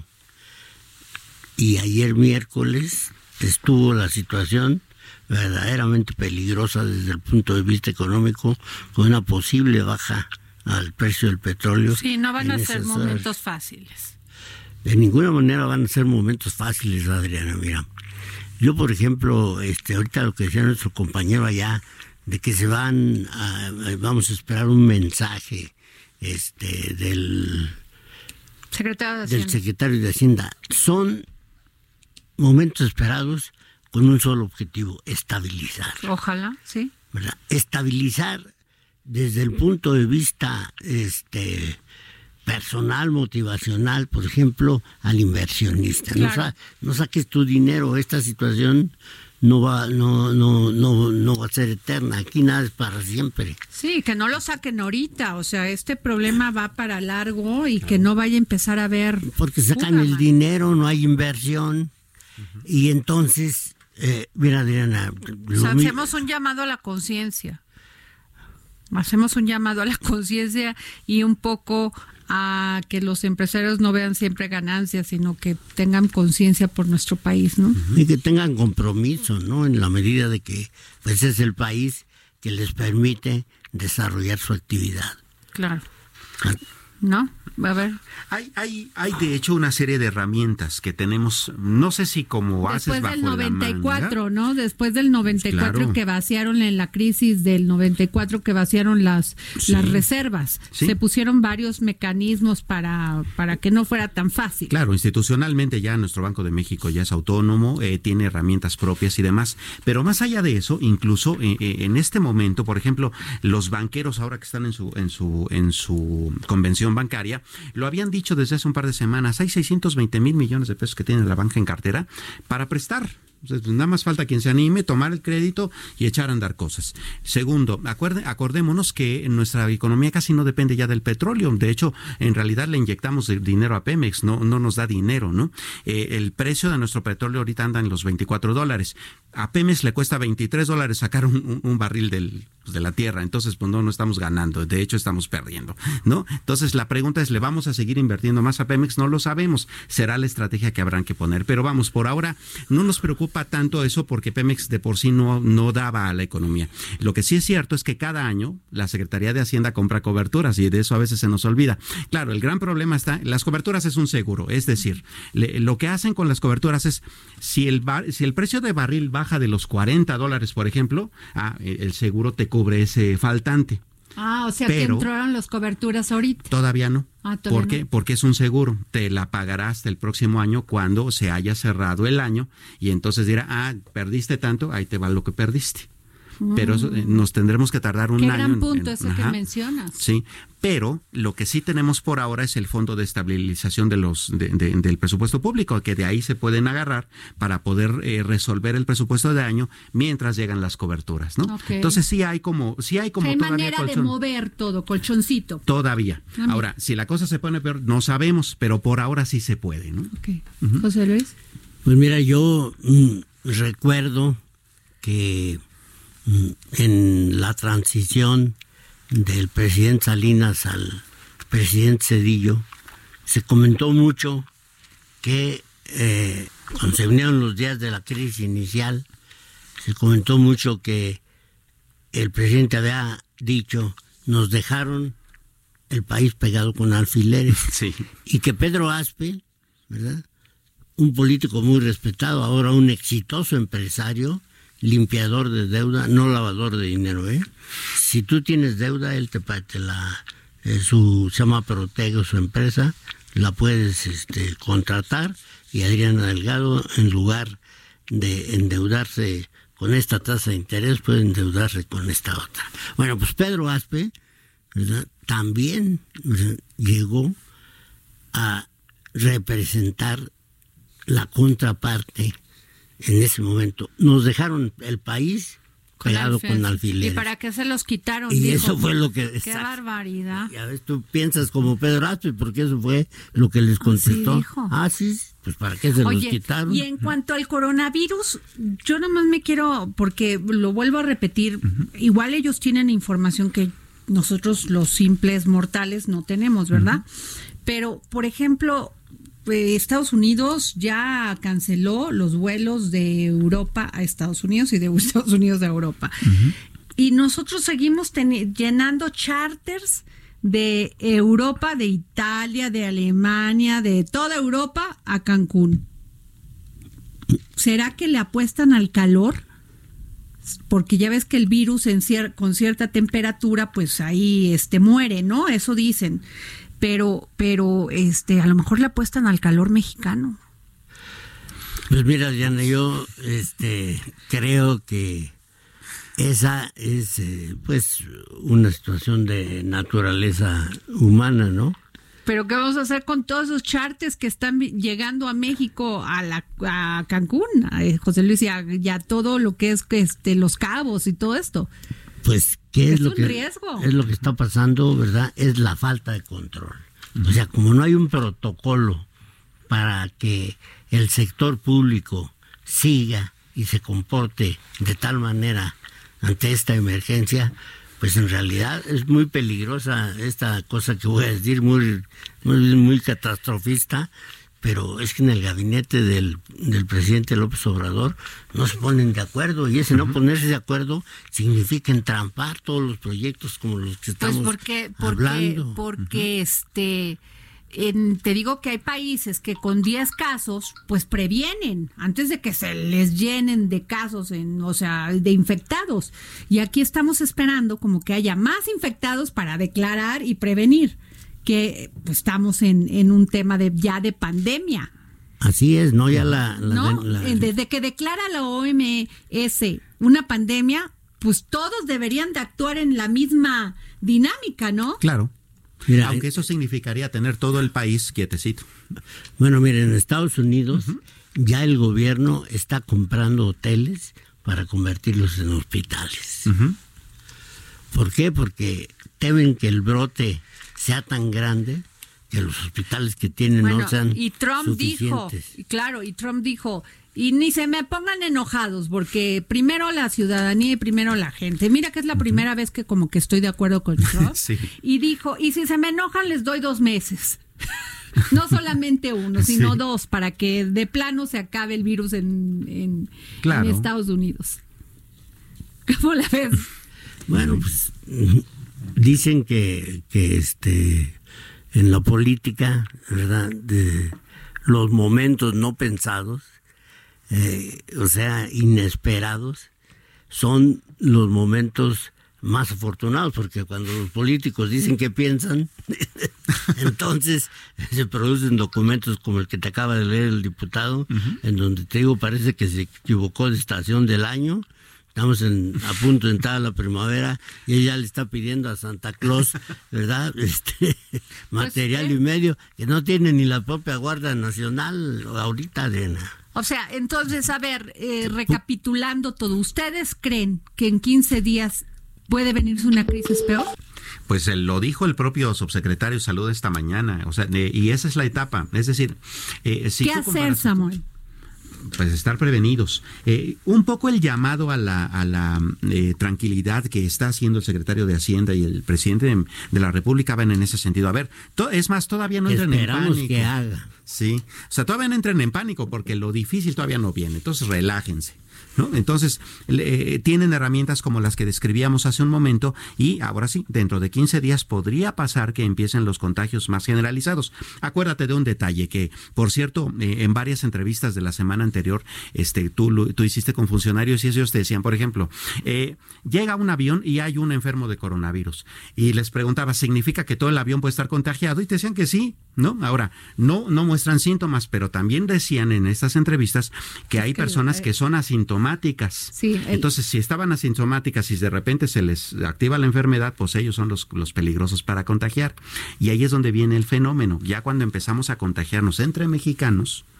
y ayer miércoles estuvo la situación verdaderamente peligrosa desde el punto de vista económico, con una posible baja al precio del petróleo. Sí, no van a ser momentos horas. fáciles. De ninguna manera van a ser momentos fáciles, Adriana. Mira, yo por ejemplo, este, ahorita lo que decía nuestro compañero allá, de que se van a, vamos a esperar un mensaje este del secretario de del Hacienda. secretario de Hacienda, son momentos esperados con un solo objetivo: estabilizar. Ojalá, sí. ¿Verdad? Estabilizar desde el punto de vista este personal, motivacional, por ejemplo, al inversionista. Claro. No, sa- no saques tu dinero, esta situación no va, no, no, no, no va a ser eterna, aquí nada es para siempre. Sí, que no lo saquen ahorita, o sea, este problema va para largo y que no vaya a empezar a ver. Porque sacan fuga, el man. dinero, no hay inversión, uh-huh. y entonces, eh, mira Adriana, o sea, hacemos un llamado a la conciencia. Hacemos un llamado a la conciencia y un poco a que los empresarios no vean siempre ganancias, sino que tengan conciencia por nuestro país, ¿no? Y que tengan compromiso, ¿no? En la medida de que pues es el país que les permite desarrollar su actividad. Claro. ¿No? A ver. Hay, hay, hay de hecho una serie de herramientas que tenemos, no sé si como haces Después bajo del noventa y cuatro, la manga, ¿no? Después del noventa y cuatro, claro. que vaciaron en la crisis del noventa y cuatro, que vaciaron las, sí. las reservas. Sí. Se pusieron varios mecanismos para, para que no fuera tan fácil. Claro, institucionalmente ya nuestro Banco de México ya es autónomo, eh, tiene herramientas propias y demás, pero más allá de eso, incluso eh, eh, en este momento, por ejemplo, los banqueros ahora que están en su, en su, en su convención bancaria, lo habían dicho desde hace un par de semanas, hay seiscientos veinte mil millones de pesos que tiene la banca en cartera para prestar. Entonces, nada más falta quien se anime, tomar el crédito y echar a andar cosas. Segundo, acuerde, acordémonos que nuestra economía casi no depende ya del petróleo. De hecho, en realidad le inyectamos dinero a Pemex, no, no nos da dinero, ¿no? Eh, el precio de nuestro petróleo ahorita anda en los veinticuatro dólares. A Pemex le cuesta veintitrés dólares sacar un, un, un barril del, pues de la tierra. Entonces, pues no, no estamos ganando. De hecho, estamos perdiendo, ¿no? Entonces, la pregunta es, ¿le vamos a seguir invirtiendo más a Pemex? No lo sabemos. Será la estrategia que habrán que poner. Pero vamos, por ahora no nos preocupa tanto eso porque Pemex de por sí no, no daba a la economía. Lo que sí es cierto es que cada año la Secretaría de Hacienda compra coberturas y de eso a veces se nos olvida. Claro, el gran problema está, las coberturas es un seguro, es decir, le, lo que hacen con las coberturas es, si el, bar, si el precio de barril baja de los cuarenta dólares, por ejemplo, ah, el seguro te cubre ese faltante. Ah, o sea, pero, que entraron las coberturas ahorita. Todavía no. Ah, todavía ¿Por qué? no. Porque es un seguro. Te la pagará hasta el próximo año cuando se haya cerrado el año y entonces dirá, ah, perdiste tanto, ahí te va lo que perdiste. Pero eso, eh, nos tendremos que tardar un Qué año. gran en- punto en- ese ajá. que mencionas. Sí, pero lo que sí tenemos por ahora es el Fondo de Estabilización de los de, de, del presupuesto público, que de ahí se pueden agarrar para poder eh, resolver el presupuesto de año mientras llegan las coberturas, ¿no? Ok. Entonces sí hay como sí hay como Hay todavía manera de colchón. mover todo, colchoncito. Todavía. Ah, mira. Ahora, si la cosa se pone peor, no sabemos, pero por ahora sí se puede, ¿no? Okay. José Luis. Pues mira, yo mm, recuerdo que mm, en la transición del presidente Salinas al presidente Zedillo se comentó mucho que eh, cuando se vinieron los días de la crisis inicial, se comentó mucho que el presidente había dicho, nos dejaron el país pegado con alfileres. Sí. Y que Pedro Aspe, ¿verdad?, un político muy respetado, ahora un exitoso empresario, limpiador de deuda, no lavador de dinero, ¿eh? Si tú tienes deuda, él te, pa- te la, eh, su, se llama Protego, su empresa, la puedes este, contratar, y Adriana Delgado, en lugar de endeudarse con esta tasa de interés, puede endeudarse con esta otra. Bueno, pues Pedro Aspe, ¿verdad?, también, ¿verdad?, llegó a representar la contraparte en ese momento. Nos dejaron el país pegado alfileres. con alfileres. ¿Y para qué se los quitaron? Y Dijo. eso fue lo que... Qué exacto. barbaridad. Ya ves, tú piensas como Pedro Aspe, porque eso fue lo que les contestó. dijo. Ah, sí, pues ¿para qué se los Oye, quitaron? y en cuanto al coronavirus, yo nomás me quiero, porque lo vuelvo a repetir, igual ellos tienen información que nosotros los simples mortales no tenemos, ¿verdad? Uh-huh. Pero, por ejemplo, eh, Estados Unidos ya canceló los vuelos de Europa a Estados Unidos y de Estados Unidos a Europa. Uh-huh. Y nosotros seguimos ten- llenando charters de Europa, de Italia, de Alemania, de toda Europa a Cancún. ¿Será que le apuestan al calor? Porque ya ves que el virus en cier- con cierta temperatura, pues ahí este muere, ¿no? Eso dicen. Pero, pero este, a lo mejor le apuestan al calor mexicano. Pues mira, Diana, yo este creo que esa es eh, pues una situación de naturaleza humana, ¿no? Pero ¿qué vamos a hacer con todos esos charters que están llegando a México, a la a Cancún, a José Luis, y a, y a todo lo que es este Los Cabos y todo esto? Pues, ¿qué es, es lo un que riesgo. Es lo que está pasando, ¿verdad? Es la falta de control. O sea, como no hay un protocolo para que el sector público siga y se comporte de tal manera ante esta emergencia, pues en realidad es muy peligrosa esta cosa que voy a decir, muy, muy, muy catastrofista, pero es que en el gabinete del, del presidente López Obrador no se ponen de acuerdo, y ese no ponerse de acuerdo significa entrampar todos los proyectos como los que estamos pues porque, porque, hablando. Porque uh-huh. este... En, te digo que hay países que con diez casos pues previenen antes de que se les llenen de casos, en, o sea, de infectados. Y aquí estamos esperando como que haya más infectados para declarar y prevenir que pues, estamos en, en un tema de ya de pandemia. Así es, no ya la... la, ¿no? la Desde que declara la O M S una pandemia, pues todos deberían de actuar en la misma dinámica, ¿no? Claro. Mira, aunque eso significaría tener todo el país quietecito. Bueno, miren, en Estados Unidos uh-huh. ya el gobierno está comprando hoteles para convertirlos en hospitales. Uh-huh. ¿Por qué? Porque temen que el brote sea tan grande que los hospitales que tienen bueno, no sean y Trump suficientes. Dijo, claro, y Trump dijo, y ni se me pongan enojados, porque primero la ciudadanía y primero la gente. Mira que es la uh-huh. primera vez que como que estoy de acuerdo con Trump. Sí. Y dijo, y si se me enojan les doy dos meses. No solamente uno, sino sí. dos, para que de plano se acabe el virus en, en, claro. en Estados Unidos. ¿Cómo la ves? Bueno, pues dicen que, que este en la política, ¿verdad? De los momentos no pensados, eh, o sea, inesperados, son los momentos más afortunados, porque cuando los políticos dicen que piensan, entonces se producen documentos como el que te acaba de leer el diputado, uh-huh. en donde te digo, parece que se equivocó de estación del año. Estamos en, a punto de entrar a la primavera y ella le está pidiendo a Santa Claus, ¿verdad? Este material pues, ¿eh? y medio que no tiene ni la propia Guardia Nacional ahorita, Adriana. O sea, entonces, a ver, eh, recapitulando todo, ¿ustedes creen que en quince días puede venirse una crisis peor? Pues eh, lo dijo el propio subsecretario de Salud esta mañana, o sea, de, y esa es la etapa, es decir... Eh, si ¿Qué hacer, Samuel? Pues estar prevenidos. Eh, un poco el llamado a la, a la eh, tranquilidad que está haciendo el secretario de Hacienda y el presidente de, de la República van en ese sentido. A ver, to, es más, todavía no entren en pánico. Que haga. Sí, o sea, todavía no entren en pánico porque lo difícil todavía no viene. Entonces, relájense, ¿no? Entonces, eh, tienen herramientas como las que describíamos hace un momento y ahora sí, dentro de quince días podría pasar que empiecen los contagios más generalizados. Acuérdate de un detalle que, por cierto, eh, en varias entrevistas de la semana anterior, este, tú, tú hiciste con funcionarios y ellos te decían, por ejemplo, eh, llega un avión y hay un enfermo de coronavirus y les preguntaba, ¿significa que todo el avión puede estar contagiado? Y te decían que sí, ¿no? Ahora, no, no muestran síntomas, pero también decían en estas entrevistas que hay personas que son asintomáticas. Sí, el... Entonces, si estaban asintomáticas y de repente se les activa la enfermedad, pues ellos son los, los peligrosos para contagiar. Y ahí es donde viene el fenómeno. Ya cuando empezamos a contagiarnos entre mexicanos,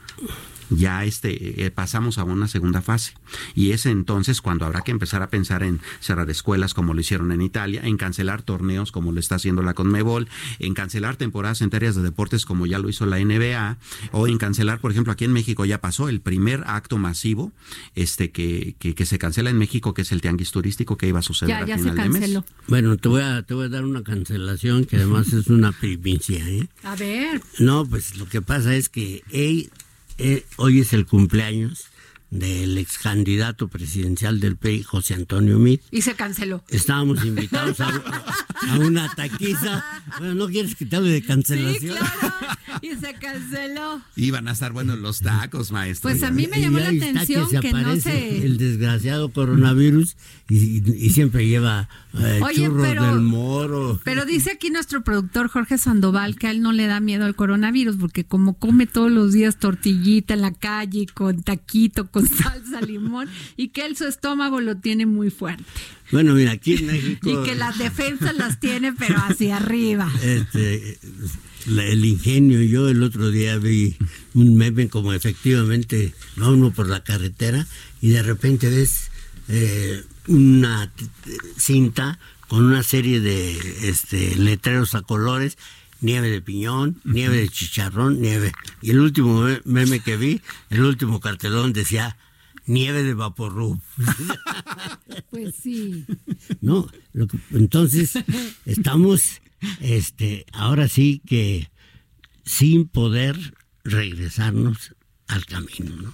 Ya este eh, pasamos a una segunda fase y es entonces cuando habrá que empezar a pensar en cerrar escuelas como lo hicieron en Italia, en cancelar torneos como lo está haciendo la Conmebol, en cancelar temporadas enteras de deportes como ya lo hizo la N B A, o en cancelar, por ejemplo, aquí en México ya pasó el primer acto masivo este que, que, que se cancela en México, que es el tianguis turístico, que iba a suceder ya, a ya final se de mes. canceló. Bueno, te voy a te voy a dar una cancelación que además es una primicia, ¿eh? A ver. No, pues lo que pasa es que hey, Eh, hoy es el cumpleaños del ex candidato presidencial del P R I, José Antonio Meade. Y se canceló. Estábamos invitados a, a una taquiza. Bueno, ¿no quieres quitarle de cancelación? Sí, claro. Y se canceló. Iban a estar buenos los tacos, maestro. Pues a mí me llamó la atención que, que no se... el desgraciado coronavirus y, y, y siempre lleva eh, Oye, churros pero, del Moro. Pero dice aquí nuestro productor Jorge Sandoval que a él no le da miedo al coronavirus porque como come todos los días tortillita en la calle con taquito, con salsa, limón, y que él su estómago lo tiene muy fuerte. Bueno, mira, aquí en México... Y que las defensas las tiene, pero hacia arriba. Este, la, el ingenio, yo el otro día vi un meme como efectivamente va uno por la carretera y de repente ves eh, una cinta con una serie de este, letreros a colores, nieve de piñón, nieve de chicharrón, nieve. Y el último meme que vi, el último cartelón decía... nieve de Vaporub. Pues sí. No, lo que, entonces estamos, este, ahora sí que sin poder regresarnos al camino, ¿no?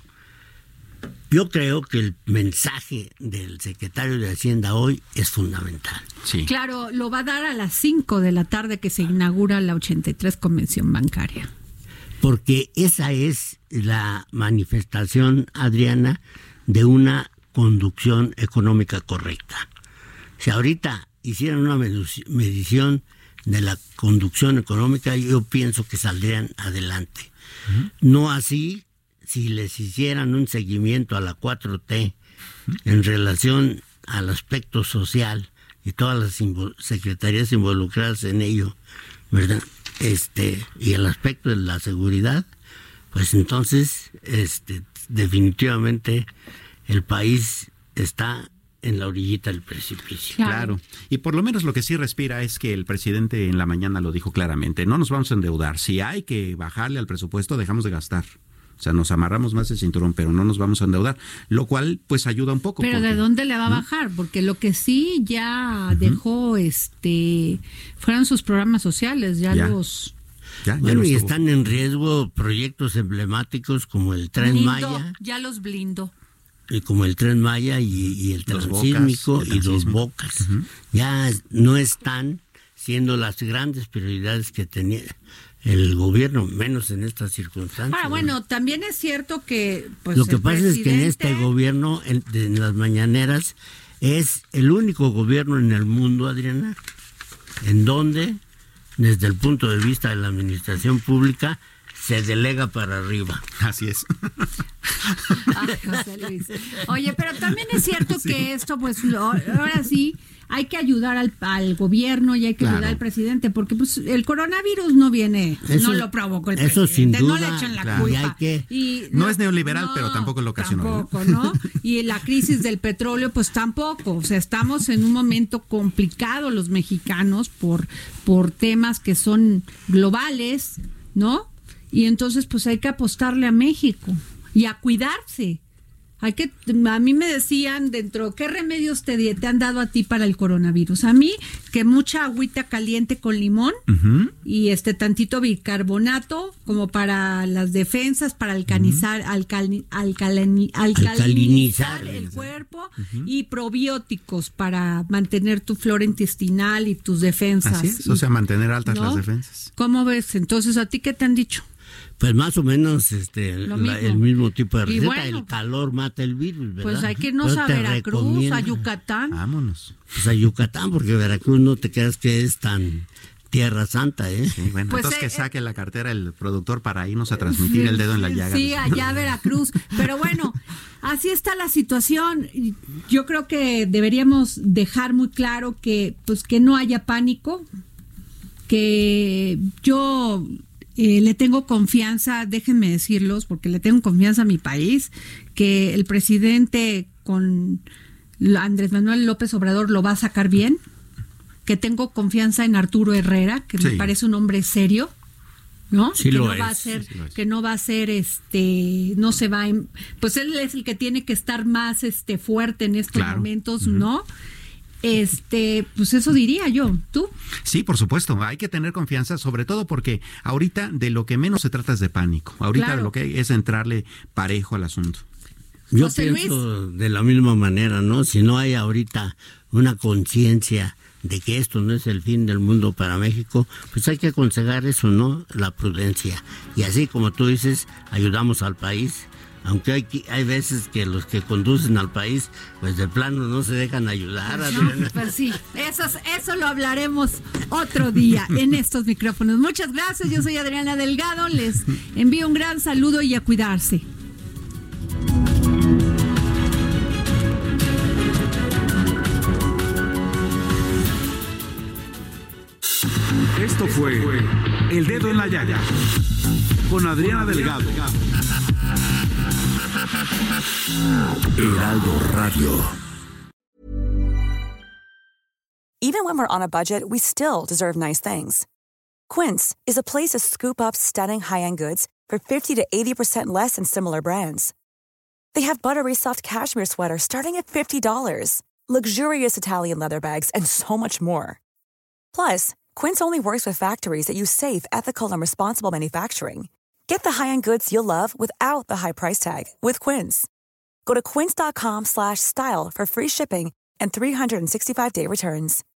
Yo creo que el mensaje del secretario de Hacienda hoy es fundamental. Sí. Claro, lo va a dar a las cinco de la tarde que se inaugura la ochenta y tres Convención Bancaria. Porque esa es la manifestación, Adriana, de una conducción económica correcta. Si ahorita hicieran una medición de la conducción económica, yo pienso que saldrían adelante. Uh-huh. No así si les hicieran un seguimiento a la cuatro T uh-huh. en relación al aspecto social y todas las invo- secretarías involucradas en ello, ¿verdad? Este, y el aspecto de la seguridad, pues entonces este, definitivamente el país está en la orillita del precipicio. Claro. claro. Y por lo menos lo que sí respira es que el presidente en la mañana lo dijo claramente, no nos vamos a endeudar, si hay que bajarle al presupuesto dejamos de gastar. O sea, nos amarramos más el cinturón, pero no nos vamos a endeudar, lo cual pues ayuda un poco. Pero porque, ¿de dónde le va a ¿no? bajar? Porque lo que sí ya uh-huh. dejó, este, fueron sus programas sociales, ya, ya. los... Ya, ya bueno, y están en riesgo proyectos emblemáticos como el Tren Blindo, Maya. Ya los blindó. Y como el Tren Maya y, y el Transísmico y los Bocas. Uh-huh. Ya no están siendo las grandes prioridades que tenía el gobierno, menos en estas circunstancias. Ahora, bueno, ¿no? También es cierto que... Pues, lo que pasa presidente... es que en este gobierno, en, en las mañaneras, es el único gobierno en el mundo, Adriana, en donde, desde el punto de vista de la administración pública, se delega para arriba. Así es. Ay, José Luis. Oye, pero también es cierto sí. que esto, pues, lo, ahora sí, hay que ayudar al, al gobierno y hay que claro. ayudar al presidente, porque pues el coronavirus no viene, eso, no lo provocó el eso presidente, sin duda, no le echen la claro. culpa. Y hay que, y no, no es neoliberal, no, pero tampoco lo ocasionó. Tampoco, ¿no? Y la crisis del petróleo, pues tampoco. O sea, estamos en un momento complicado los mexicanos por, por temas que son globales, ¿no? Y entonces pues hay que apostarle a México y a cuidarse. Hay que, a mí me decían dentro, ¿qué remedios te, te han dado a ti para el coronavirus? A mí, que mucha agüita caliente con limón uh-huh. y este tantito bicarbonato como para las defensas, para alcanizar, uh-huh. alcalini, alcalini, alcalinizar, alcalinizar el cuerpo uh-huh. y probióticos para mantener tu flora intestinal y tus defensas. Así es, y, o sea, mantener altas ¿no? las defensas. ¿Cómo ves? Entonces, ¿a ti qué te han dicho? Pues más o menos este la, mismo. el mismo tipo de receta. Bueno, el calor mata el virus, ¿verdad? Pues hay que irnos a Veracruz, a Yucatán. Vámonos. Pues a Yucatán, porque Veracruz no te creas que es tan tierra santa, ¿eh? Sí, bueno, pues entonces eh, que saque la cartera el productor para irnos a transmitir sí, el dedo en la llaga. Sí, allá a Veracruz. Pero bueno, así está la situación. Yo creo que deberíamos dejar muy claro que, pues, que no haya pánico, que yo eh, le tengo confianza, déjenme decirlos, porque le tengo confianza a mi país, que el presidente con Andrés Manuel López Obrador lo va a sacar bien, que tengo confianza en Arturo Herrera, que sí. me parece un hombre serio, ¿no? Sí que lo no es. va a ser, sí que no va a ser, este, no se va, a, pues él es el que tiene que estar más, este, fuerte en estos claro. momentos, uh-huh. ¿no? Este, pues eso diría yo. ¿Tú? Sí, por supuesto. Hay que tener confianza, sobre todo porque ahorita de lo que menos se trata es de pánico. Ahorita claro. lo que hay es entrarle parejo al asunto. Yo José pienso Luis. de la misma manera, ¿no? Si no hay ahorita una conciencia de que esto no es el fin del mundo para México, pues hay que aconsejar eso, ¿no? La prudencia. Y así como tú dices, ayudamos al país. Aunque hay, hay veces que los que conducen al país, pues de plano no se dejan ayudar. No, pues sí, eso, eso lo hablaremos otro día en estos micrófonos. Muchas gracias, yo soy Adriana Delgado, les envío un gran saludo y a cuidarse. Esto fue El Dedo en la Llaga con Adriana Delgado. Heraldo Radio. Even when we're on a budget, we still deserve nice things. Quince is a place to scoop up stunning high-end goods for fifty to eighty percent less than similar brands. They have buttery soft cashmere sweaters starting at fifty dollars, luxurious Italian leather bags, and so much more. Plus, Quince only works with factories that use safe, ethical, and responsible manufacturing. Get the high-end goods you'll love without the high price tag with Quince. Go to quince.com slash style for free shipping and three sixty-five day returns.